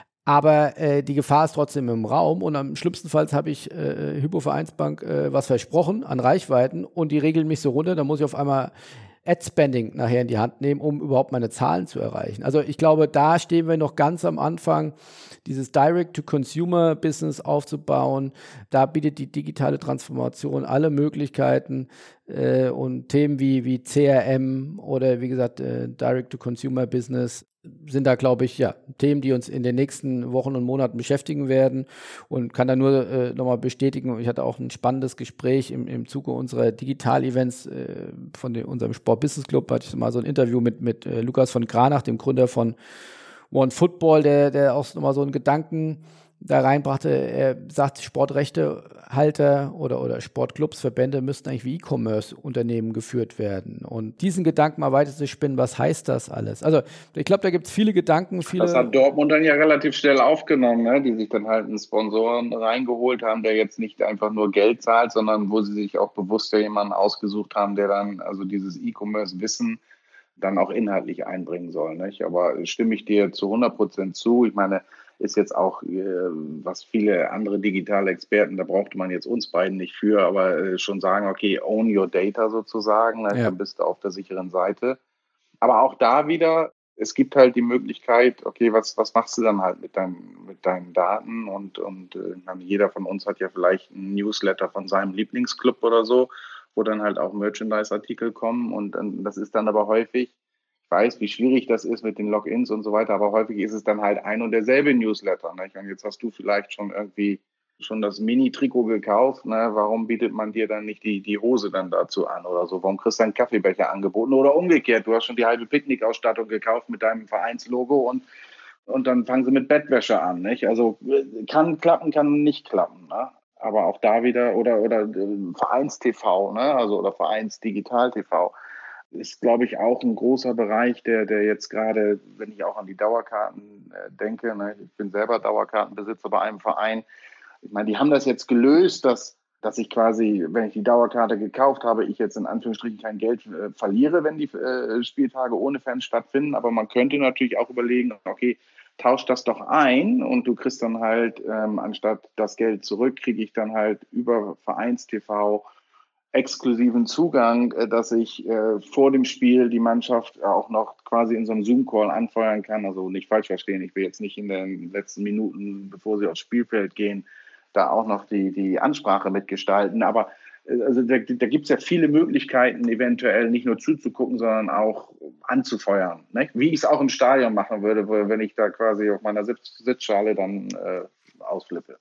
S3: Aber äh, die Gefahr ist trotzdem im Raum und am schlimmsten Fall habe ich äh, Hypo Vereinsbank äh, was versprochen an Reichweiten und die regeln mich so runter, dann muss ich auf einmal Ad-Spending nachher in die Hand nehmen, um überhaupt meine Zahlen zu erreichen. Also ich glaube, da stehen wir noch ganz am Anfang, dieses Direct-to-Consumer-Business aufzubauen. Da bietet die digitale Transformation alle Möglichkeiten äh, und Themen wie, wie C R M oder wie gesagt äh, Direct-to-Consumer-Business sind da, glaube ich, ja, Themen, die uns in den nächsten Wochen und Monaten beschäftigen werden und kann da nur äh, nochmal bestätigen. Ich hatte auch ein spannendes Gespräch im, im Zuge unserer Digital-Events äh, von dem, unserem Sport-Business-Club, hatte ich mal so ein Interview mit, mit äh, Lukas von Granach, dem Gründer von One Football, der, der auch nochmal so einen Gedanken da reinbrachte. Er sagt, Sportrechtehalter oder, oder Sportclubs, Verbände müssten eigentlich wie E-Commerce-Unternehmen geführt werden. Und diesen Gedanken mal weiter zu spinnen, was heißt das alles? Also ich glaube, da gibt es viele Gedanken. Viele
S1: das hat Dortmund dann ja relativ schnell aufgenommen, ne? Die sich dann halt einen Sponsoren reingeholt haben, der jetzt nicht einfach nur Geld zahlt, sondern wo sie sich auch bewusst ja jemanden ausgesucht haben, der dann also dieses E-Commerce-Wissen dann auch inhaltlich einbringen soll. Nicht? Aber stimme ich dir zu hundert Prozent zu. Ich meine, ist jetzt auch, äh, was viele andere digitale Experten, da brauchte man jetzt uns beiden nicht für, aber äh, schon sagen, okay, own your data sozusagen, ne? Ja. Dann bist du auf der sicheren Seite. Aber auch da wieder, es gibt halt die Möglichkeit, okay, was, was machst du dann halt mit, dein, mit deinen Daten? Und, und äh, jeder von uns hat ja vielleicht einen Newsletter von seinem Lieblingsclub oder so, wo dann halt auch Merchandise-Artikel kommen. Und, und das ist dann aber häufig, ich weiß, wie schwierig das ist mit den Logins und so weiter, aber häufig ist es dann halt ein und derselbe Newsletter. Nicht? Und jetzt hast du vielleicht schon irgendwie schon das Mini-Trikot gekauft. Ne? Warum bietet man dir dann nicht die, die Hose dann dazu an oder so? Warum kriegst du einen Kaffeebecher angeboten? Oder umgekehrt, du hast schon die halbe Picknickausstattung gekauft mit deinem Vereinslogo und, und dann fangen sie mit Bettwäsche an. Nicht? Also kann klappen, kann nicht klappen. Ne? Aber auch da wieder, oder, oder Vereins-T V, ne? Also oder Vereins-Digital-T V. Ist, glaube ich, auch ein großer Bereich, der, der jetzt gerade, wenn ich auch an die Dauerkarten äh, denke, ne, ich bin selber Dauerkartenbesitzer bei einem Verein, ich meine, die haben das jetzt gelöst, dass, dass ich quasi, wenn ich die Dauerkarte gekauft habe, ich jetzt in Anführungsstrichen kein Geld äh, verliere, wenn die äh, Spieltage ohne Fans stattfinden, aber man könnte natürlich auch überlegen, okay, tausch das doch ein und du kriegst dann halt, ähm, anstatt das Geld zurück, kriege ich dann halt über Vereins-T V exklusiven Zugang, dass ich äh, vor dem Spiel die Mannschaft auch noch quasi in so einem Zoom-Call anfeuern kann. Also nicht falsch verstehen, ich will jetzt nicht in den letzten Minuten, bevor sie aufs Spielfeld gehen, da auch noch die, die Ansprache mitgestalten. Aber äh, also da, da gibt es ja viele Möglichkeiten, eventuell nicht nur zuzugucken, sondern auch anzufeuern. Ne? Wie ich es auch im Stadion machen würde, wenn ich da quasi auf meiner Sitz- Sitzschale dann äh, ausflippe.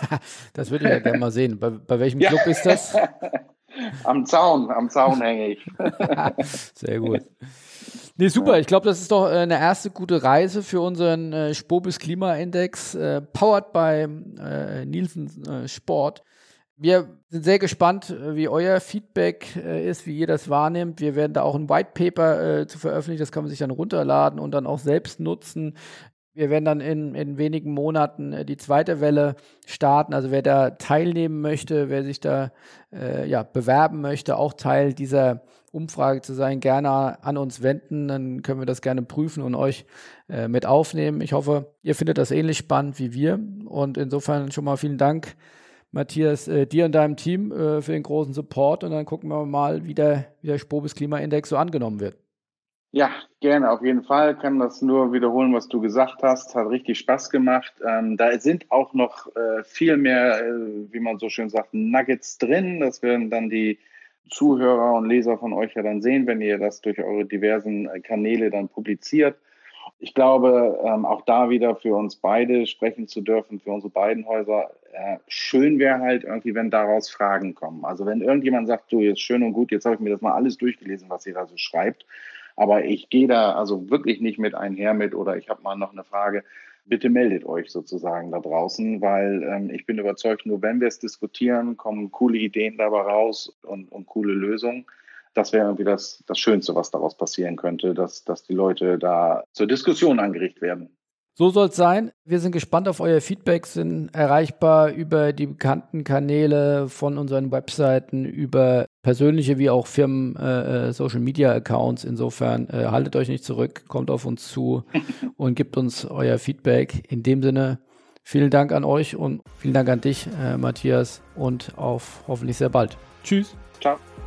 S3: Das würde ich ja gerne mal sehen. Bei, bei welchem Club ja. ist das?
S1: Am Zaun, am Zaun hänge ich.
S3: Sehr gut. Nee, super. Ich glaube, das ist doch eine erste gute Reise für unseren äh, Spobis Klimaindex, äh, powered by äh, Nielsen äh, Sport. Wir sind sehr gespannt, wie euer Feedback äh, ist, wie ihr das wahrnehmt. Wir werden da auch ein White Paper äh, zu veröffentlichen. Das kann man sich dann runterladen und dann auch selbst nutzen. Wir werden dann in, in wenigen Monaten die zweite Welle starten. Also wer da teilnehmen möchte, wer sich da äh, ja, bewerben möchte, auch Teil dieser Umfrage zu sein, gerne an uns wenden. Dann können wir das gerne prüfen und euch äh, mit aufnehmen. Ich hoffe, ihr findet das ähnlich spannend wie wir. Und insofern schon mal vielen Dank, Matthias, äh, dir und deinem Team äh, für den großen Support. Und dann gucken wir mal, wie der, wie der Spobis Klimaindex so angenommen wird.
S1: Ja, gerne, auf jeden Fall. Kann das nur wiederholen, was du gesagt hast. Hat richtig Spaß gemacht. Ähm, da sind auch noch äh, viel mehr, äh, wie man so schön sagt, Nuggets drin. Das werden dann die Zuhörer und Leser von euch ja dann sehen, wenn ihr das durch eure diversen äh, Kanäle dann publiziert. Ich glaube, ähm, auch da wieder für uns beide sprechen zu dürfen, für unsere beiden Häuser. Äh, schön wäre halt irgendwie, wenn daraus Fragen kommen. Also wenn irgendjemand sagt, du, jetzt schön und gut, jetzt habe ich mir das mal alles durchgelesen, was ihr da so schreibt. Aber ich gehe da also wirklich nicht mit einher mit oder ich habe mal noch eine Frage. Bitte meldet euch sozusagen da draußen, weil ähm, ich bin überzeugt, nur wenn wir es diskutieren, kommen coole Ideen dabei raus und, und coole Lösungen. Das wäre irgendwie das, das Schönste, was daraus passieren könnte, dass, dass die Leute da zur Diskussion angeregt werden.
S3: So soll es sein. Wir sind gespannt auf euer Feedback, sind erreichbar über die bekannten Kanäle von unseren Webseiten, über persönliche wie auch Firmen äh, Social Media Accounts. Insofern äh, haltet euch nicht zurück, kommt auf uns zu und gebt uns euer Feedback. In dem Sinne, vielen Dank an euch und vielen Dank an dich, äh, Matthias, und auf hoffentlich sehr bald. Tschüss.
S1: Ciao.